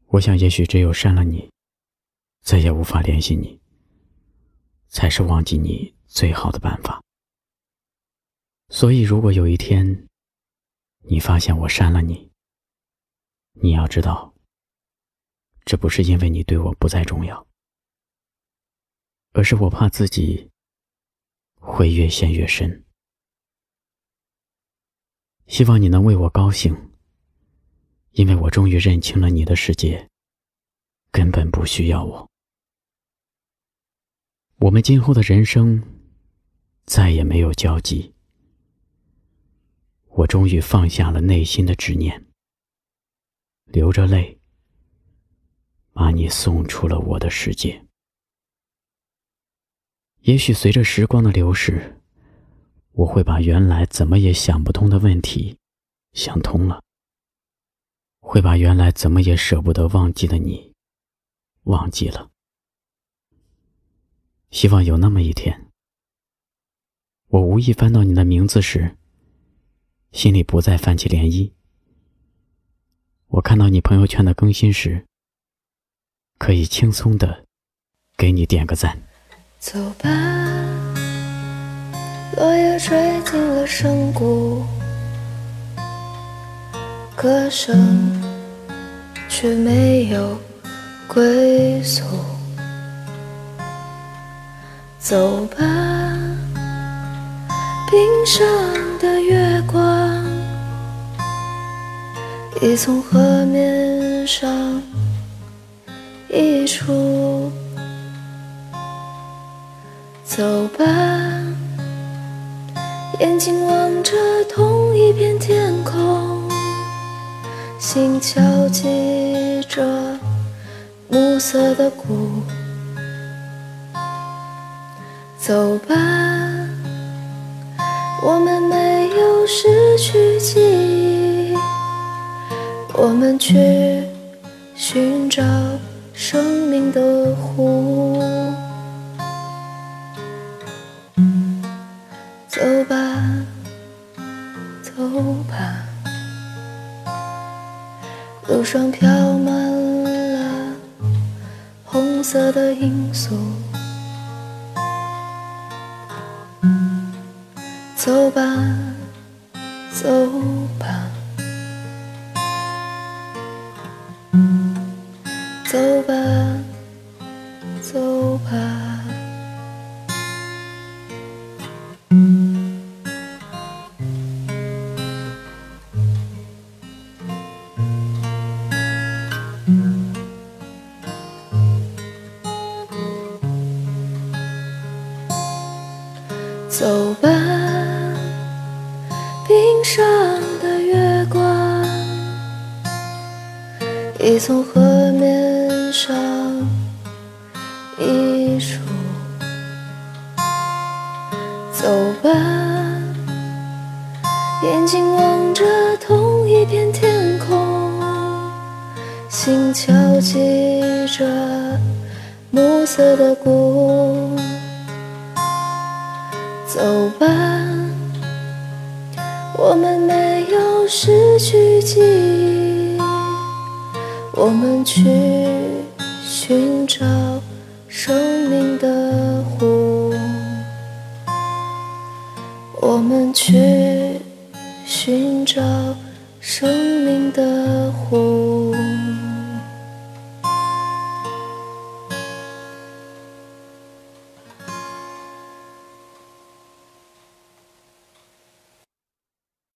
我想也许只有删了你，再也无法联系你，才是忘记你最好的办法。所以如果有一天你发现我删了你，你要知道，这不是因为你对我不再重要，而是我怕自己会越陷越深。希望你能为我高兴，因为我终于认清了你的世界根本不需要我。我们今后的人生再也没有交集，我终于放下了内心的执念，流着泪把你送出了我的世界。也许随着时光的流逝，我会把原来怎么也想不通的问题想通了，会把原来怎么也舍不得忘记的你忘记了。希望有那么一天，我无意翻到你的名字时，心里不再泛起涟漪。我看到你朋友圈的更新时，可以轻松地给你点个赞。 走吧，落叶吹进了深谷，歌声却没有归宿。走吧，冰上的月光已从河面上溢出。走吧，眼睛望着同一片天空，心敲击着暮色的鼓。走吧，我们没有失去记忆，我们去寻找生命的湖。走吧，走吧，路上飘满了红色的罂粟。走吧，走吧，走吧，走吧。走吧，冰上的月光已从河面上溢出。走吧，眼睛望着同一片天空，心敲击着暮色的鼓。走吧，我们没有失去记忆，我们去寻找生命的湖，我们去